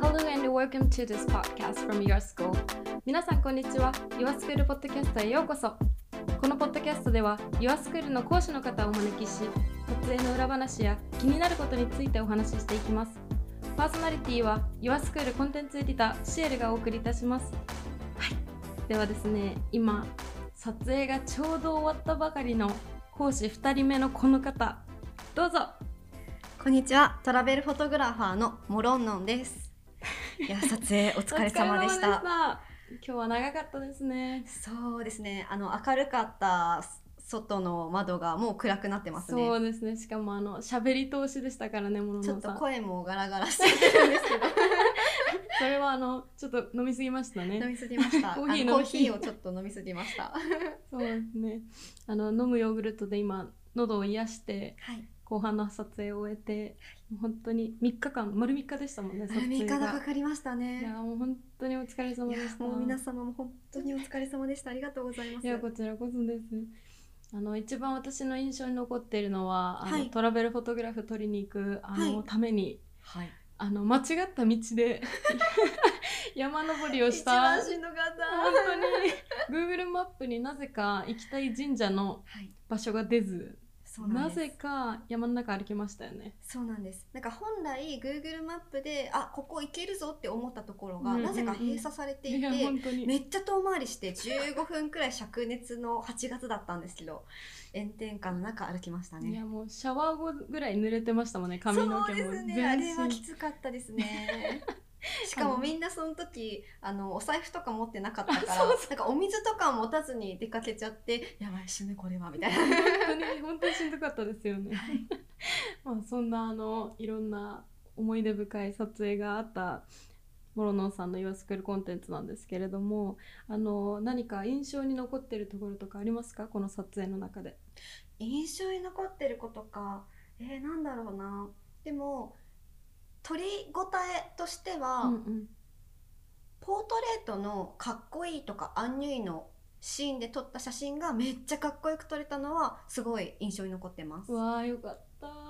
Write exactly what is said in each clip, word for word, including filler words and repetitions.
Hello and welcome to this podcast from Your School. 皆さんこんにちは。Your School ポッドキャストへようこそ。このポッドキャストでは Your School の講師の方をお招きし、撮影の裏話や気になることについてお話ししていきます。パーソナリティは Your School コンテンツエディターシエルがお送りいたします。はい。ではですね、今撮影がちょうど終わったばかりの講師ふたりめのこの方、どうぞ。 こんにちは、トラベルフォトグラファーのモロンノンです。いや、撮影お疲れ様でした。 お疲れ様でした。今日は長かったですね。 そうですね、あの明るかった外の窓がもう暗くなってますね。 そうですね、しかもあの喋り通しでしたからね、モロノンさん。 ちょっと声もガラガラしてるんですけどそれはあのちょっと飲みすぎましたね。 飲みすぎましたコーヒー飲みコーヒーをちょっと飲みすぎましたそうですね、あの飲むヨーグルトで今喉を癒して、はい、後半の撮影を終えて、もう本当にみっかかん、丸みっかでしたもんね、撮影が。 みっかかかりましたね。 いやもう本当にお疲れ様でした。 もう皆様も本当にお疲れ様でした。ありがとうございます。 いやこちらこそです。あの一番私の印象に残っているのは、あの、はい、トラベルフォトグラフ撮りに行くあの、はい、ために、はい、あの間違った道で山登りをした。 一番しんどかった。 本当に Google マップになぜか行きたい神社の場所が出ず、はい、な, なぜか山の中歩きましたよね。 そうなんです。なんか本来 Google マップであここ行けるぞって思ったところが、うんうんうん、なぜか閉鎖されていて、いめっちゃ遠回りしてじゅうごふんくらい灼熱のはちがつだったんですけど炎天下の中歩きましたね。 いやもうシャワー後ぐらい濡れてましたもんね、髪の毛も。 そうですね、あれはきつかったですねしかもみんなその時あのお財布とか持ってなかったからそうそう、なんかお水とか持たずに出かけちゃってやばい死ぬこれはみたいな本当に本当にしんどかったですよね、はい、まあそんなあのいろんな思い出深い撮影があったモロノンさんの Your School コンテンツなんですけれども、あの何か印象に残ってるところとかありますか、この撮影の中で。 印象に残ってることか、えー、なんだろうな。でも撮りごたえとしては、うんうん、ポートレートのかっこいいとかアンニュイのシーンで撮った写真がめっちゃかっこよく撮れたのはすごい印象に残ってます。 わーよかった。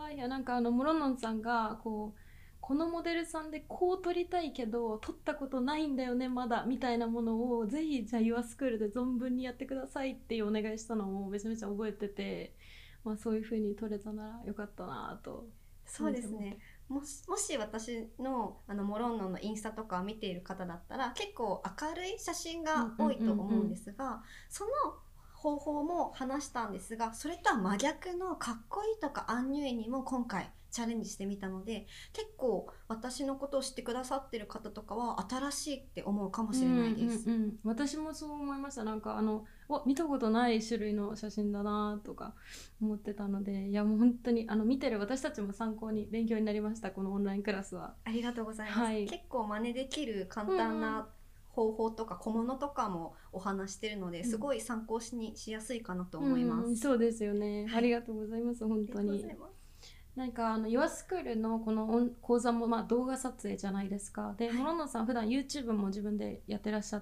いやなんかあのモロノンさんがこうこのモデルさんでこう撮りたいけど撮ったことないんだよねまだみたいなものをぜひじゃあ Your School で存分にやってくださいっていうお願いしたのをめちゃめちゃ覚えてて、まあ、そういう風に撮れたならよかったなと。 そうですね、もし、もし私 の, あのモロンノンのインスタとかを見ている方だったら結構明るい写真が多いと思うんですが、うんうんうんうん、その方法も話したんですが、それとは真逆のかっこいいとかアンニュイにも今回チャレンジしてみたので、結構私のことを知ってくださってる方とかは新しいって思うかもしれないです、 うんうんうん、私もそう思いました。なんかあの見たことない種類の写真だなとか思ってたので、いやもう本当にあの見てる私たちも参考に勉強になりました、このオンラインクラスは。 ありがとうございます、はい、結構真似できる簡単な、うん方法とか小物とかもお話してるので、すごい参考にしやすいかなと思います、 うん、そうですよね、はい、ありがとうございます。本当になんかあの Your School のこの講座もまあ動画撮影じゃないですか。で、はい、モロノンさん普段 YouTube も自分でやってらっしゃって、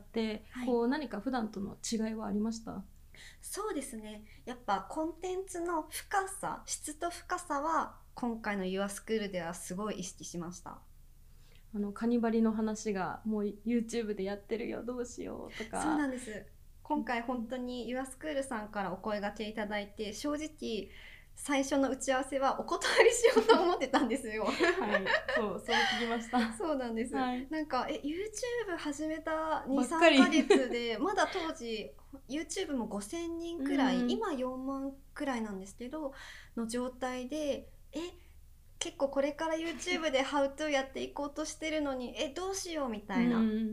はい、こう何か普段との違いはありました？ そうですね、やっぱコンテンツの深さ、質と深さは今回の Your School ではすごい意識しました。 あのカニバリの話がもう YouTube でやってるよどうしようとか。 そうなんです。今回本当に Your School さんからお声掛けいただいて、正直最初の打ち合わせはお断りしようと思ってたんですよはい、 そうそう聞きましたそうなんです、はい、なんかえ YouTube 始めた に,さんかヶ月でまだ当時 YouTube もごせんにんくらい、うん、今よんまんくらいなんですけどの状態で、え結構これから YouTube で How to やっていこうとしてるのにえどうしようみたいな、うんうんうん、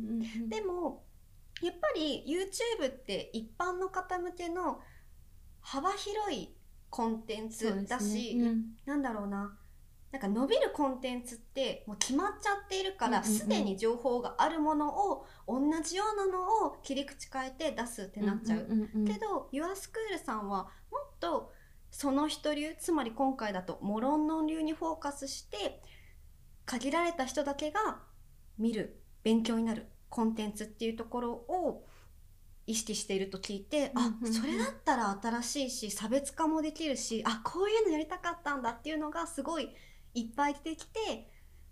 でもやっぱり YouTube って一般の方向けの幅広いコンテンツだし、ねうん、なんだろうな、なんか伸びるコンテンツってもう決まっちゃっているからすで、うんうん、に情報があるものを同じようなのを切り口変えて出すってなっちゃう、うんうんうんうん、けど Your School さんはもっとその人流、つまり今回だとモロンノン流にフォーカスして限られた人だけが見る勉強になるコンテンツっていうところを意識していると聞いて、あ、それだったら新しいし差別化もできるし、あ、こういうのやりたかったんだっていうのがすごいいっぱい出てきて、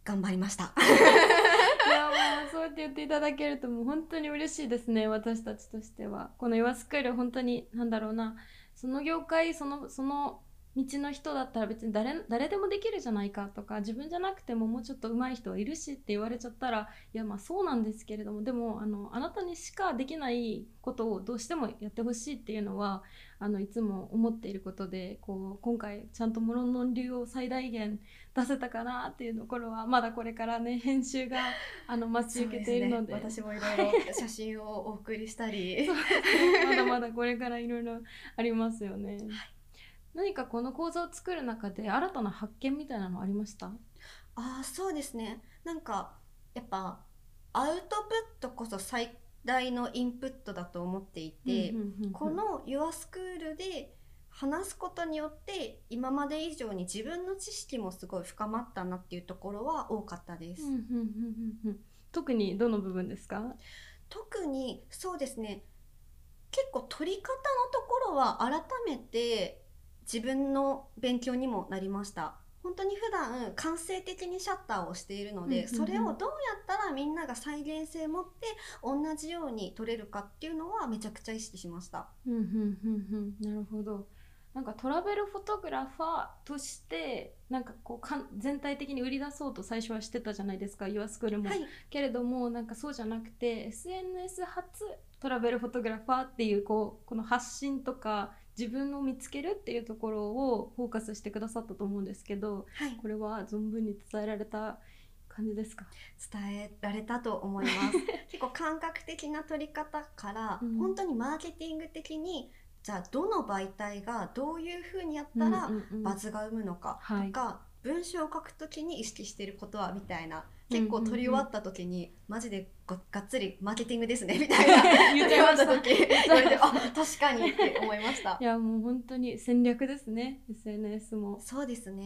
頑張りましたいやもうそうやって言っていただけるともう本当に嬉しいですね、私たちとしては。このYourSchool本当になんだろうな、その業界そのその道の人だったら別に 誰, 誰でもできるじゃないかとか、自分じゃなくてももうちょっと上手い人はいるしって言われちゃったら、いやまあそうなんですけれども、でもあのあなたにしかできないことをどうしてもやってほしいっていうのはあのいつも思っていることで、こう今回ちゃんと諸野流を最大限出せたかなっていうところはまだこれからね編集があの待ち受けているので、 そうですね、私もいろいろ写真をお送りしたりそうですね、まだまだこれからいろいろありますよね。何かこの講座を作る中で新たな発見みたいなのありました？ ああ、そうですね。なんかやっぱアウトプットこそ最大のインプットだと思っていて、 うんうんうんうん、 この YourSchool で話すことによって今まで以上に自分の知識もすごい深まったなっていうところは多かったです。 うんうんうんうん、特にどの部分ですか？ 特にそうですね、結構取り方のところは改めて自分の勉強にもなりました。本当に普段感性的にシャッターをしているので、うんうんうん、それをどうやったらみんなが再現性持って同じように撮れるかっていうのはめちゃくちゃ意識しました。 うんうんうんうん、なるほど。なんかトラベルフォトグラファーとしてなんかこうかん全体的に売り出そうと最初はしてたじゃないですか、YourSchoolも、はい、けれどもなんかそうじゃなくて エスエヌエス 発トラベルフォトグラファーっていう、こうこの発信とか自分を見つけるっていうところをフォーカスしてくださったと思うんですけど、はい、これは存分に伝えられた感じですか？ 伝えられたと思います結構感覚的な撮り方から、うん、本当にマーケティング的にじゃあどの媒体がどういう風にやったらバズが生むのかとか、うんうんうん、はい、文章を書くときに意識していることはみたいな、結構撮り終わった時に、うんうんうん、マジでがっつりマーケティングですねみたいな言っちゃいました撮り終わった時あ、確かにって思いましたいやもう本当に戦略ですね、 エスエヌエス も。 そうですね、 うん、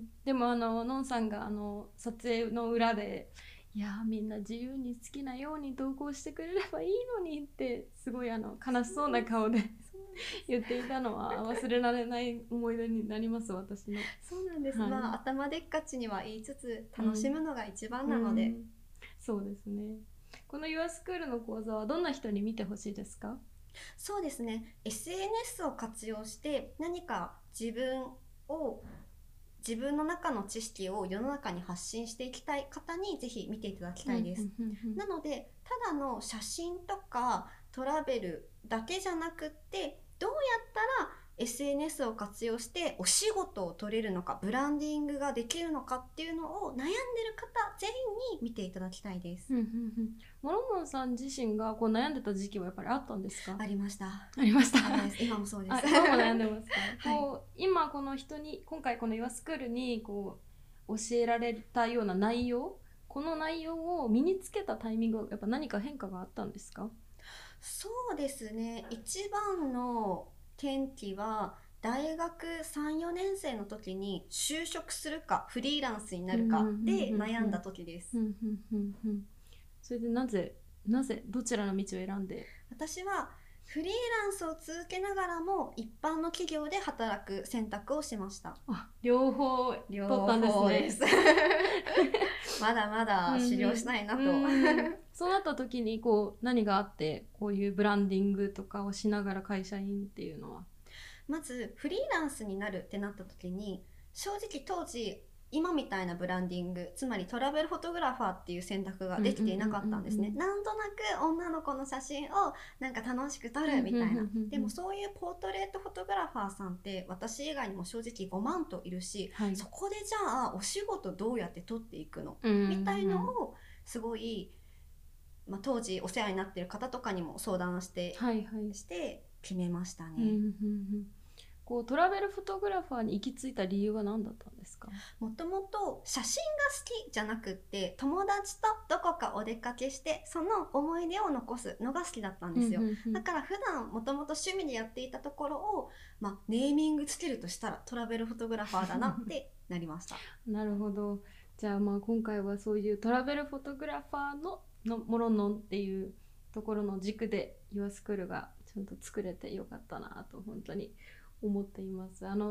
でもあののんさんがあの撮影の裏でいやみんな自由に好きなように投稿してくれればいいのにってすごいあの悲しそうな顔で言っていたのは忘れられない思い出になります、私の。 そうなんです、はい、まあ頭でっかちには言いつつ楽しむのが一番なので、うんうん、 そうですね。この YourSchool の講座はどんな人に見てほしいですか？ そうですね、 エスエヌエス を活用して何か自分を自分の中の知識を世の中に発信していきたい方にぜひ見ていただきたいです、うんうんうんうん、なのでただの写真とかトラベルだけじゃなくってどうやったら エスエヌエス を活用してお仕事を取れるのか、ブランディングができるのかっていうのを悩んでる方全員に見ていただきたいです。 モロモンさん自身がこう悩んでた時期はやっぱりあったんですか？ ありました。 ありました。 今もそうです。 あ、今も悩んでますか？はい、こう今この人に今回この YourSchool にこう教えられたような内容、この内容を身につけたタイミングはやっぱ何か変化があったんですか？ そうですね、一番の転機は大学 さん,よ 年生の時に就職するかフリーランスになるかで悩んだ時です。 それでなぜなぜどちらの道を選んで？ 私はフリーランスを続けながらも一般の企業で働く選択をしました。 あ、両方取ったんですね。 まだまだ修行したいなと、 うんうん、そうなった時にこう何があってこういうブランディングとかをしながら会社員っていうのは？ まずフリーランスになるってなった時に正直当時今みたいなブランディング、つまりトラベルフォトグラファーっていう選択ができていなかったんですね。なんとなく女の子の写真をなんか楽しく撮るみたいな。でもそういうポートレートフォトグラファーさんって私以外にも正直ごまんといるし、はい、そこでじゃあお仕事どうやって撮っていくの、みたいのをすごい、まあ、当時お世話になっている方とかにも相談して、はいはい、して決めましたね。うんうんうん、 こうトラベルフォトグラファーに行き着いた理由は何だったんですか？ もともと写真が好きじゃなくって友達とどこかお出かけしてその思い出を残すのが好きだったんですよ、うんうんうん、だから普段もともと趣味でやっていたところを、まあ、ネーミングつけるとしたらトラベルフォトグラファーだなってなりました。 なるほど。じゃあまあ今回はそういうトラベルフォトグラファーののもののっていうところの軸で YourSchool がちゃんと作れてよかったなと本当に思っています。あの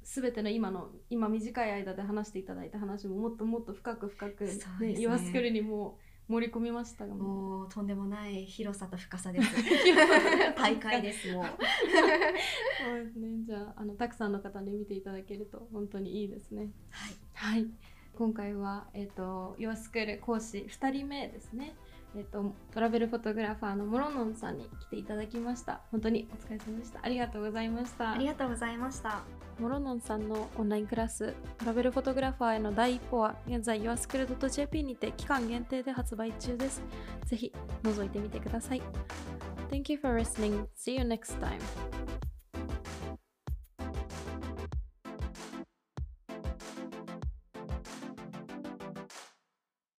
全ての今の今短い間で話していただいた話ももっともっと深く深く、ねね、 ユアスクールにも盛り込みましたが、 もうとんでもない広さと深さです大会ですもうそうですね。じゃあ、あのたくさんの方に見ていただけると本当にいいですね。 はい、 はい、今回は、えーと、ユアスクール講師ふたりめですね、えーと、トラベルフォトグラファーのモロノンさんに来ていただきました。本当にお疲れ様でした。ありがとうございました。 ありがとうございました。 モロノンさんのオンラインクラストラベルフォトグラファーへの第一歩は現在 ユアスクールドットジェーピー にて期間限定で発売中です。ぜひ覗いてみてください。Thank you for listening. See you next time.